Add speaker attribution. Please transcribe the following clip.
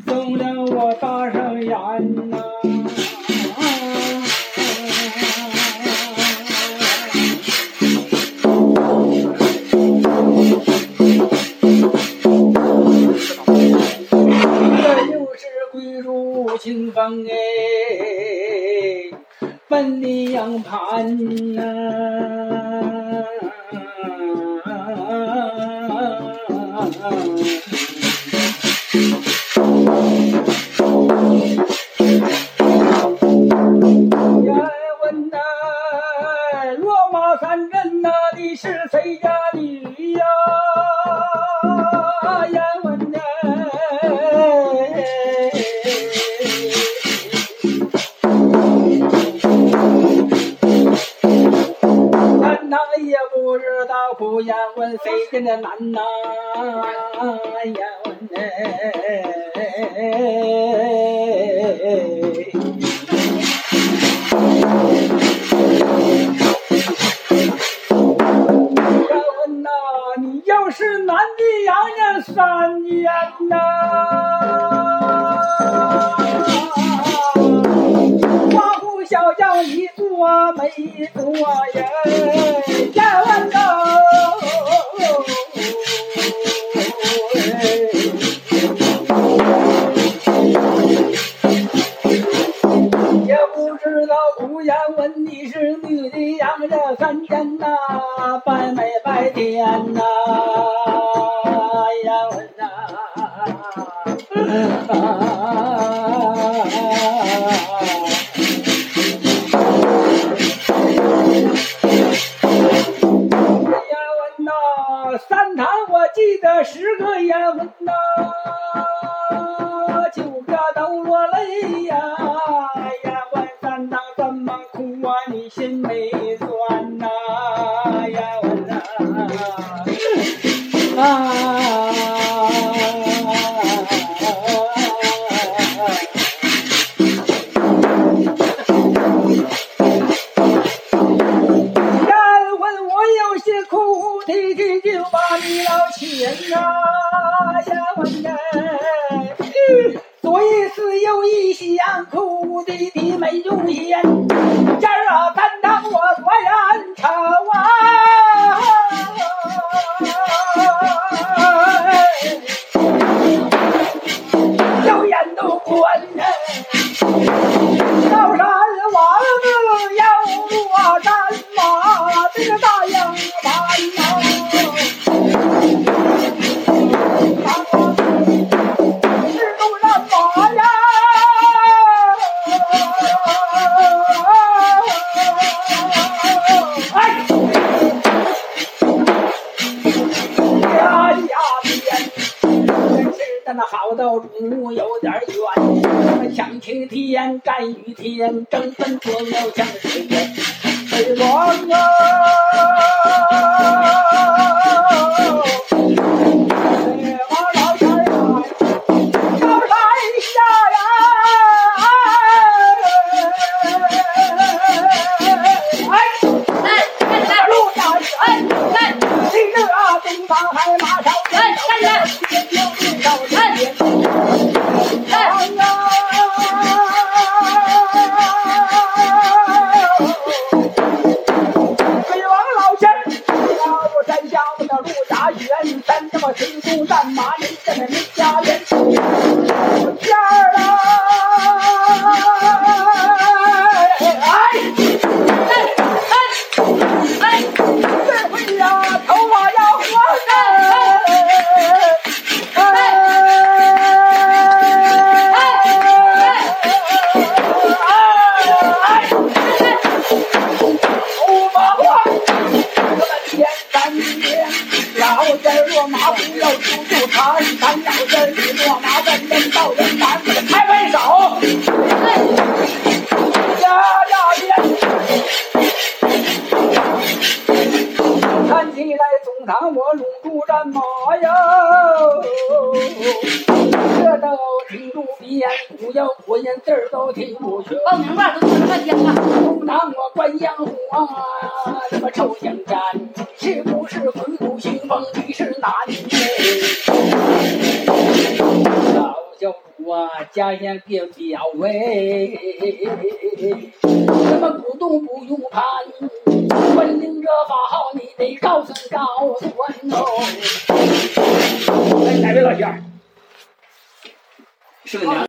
Speaker 1: 送了我大上眼呐。这就是归入清风哎，奔你阳盘呐。问呐，落马三镇呐，你是谁家女呀？呀问呐，俺哪也不知道苦呀问谁家的男呐？呀问呐。你要是男的养养3年呐，花户小轿一坐没坐人，呀问呐，也不知道姑娘问你是女的养着3天呐，白没白天呐，呀问呐，呀问呐，3堂我记得10个呀问呐，9个都落泪呀，呀问3堂怎么哭啊？你心没酸呐，呀问呐，要问我有些哭啼啼就把你老亲啊，呀问呐，所以是有一想哭啼啼没用心，今儿啊3堂我果然吵啊，有眼都关了，高山王子要落战马，这个大洋盘呐，是路上马呀，哎，家边吃的那好到中午有点远，想晴天干雨天，争分夺秒像水天，北王啊，北王老天啊，高山下呀，哎，路上这个啊东方海马上咱这么水中战马，人家的没家人家了，这回呀，头发要黄头发黄，我的天3天。老人落马不要处处谈，咱老人落马的人到人难，拍拍手，呀看起来总堂我拢住战马呀，这都听不遍，不要火焰字儿都听不全。
Speaker 2: 报名吧，都说了半天了。
Speaker 1: 总堂我关阳火啊，这么臭香毡，是不是鬼谷兴风你是男的？小教主我家乡别表喂，什么不动不用盘，本领这法号你得告诉我哦。
Speaker 2: 哎，哪位老乡？是个娘。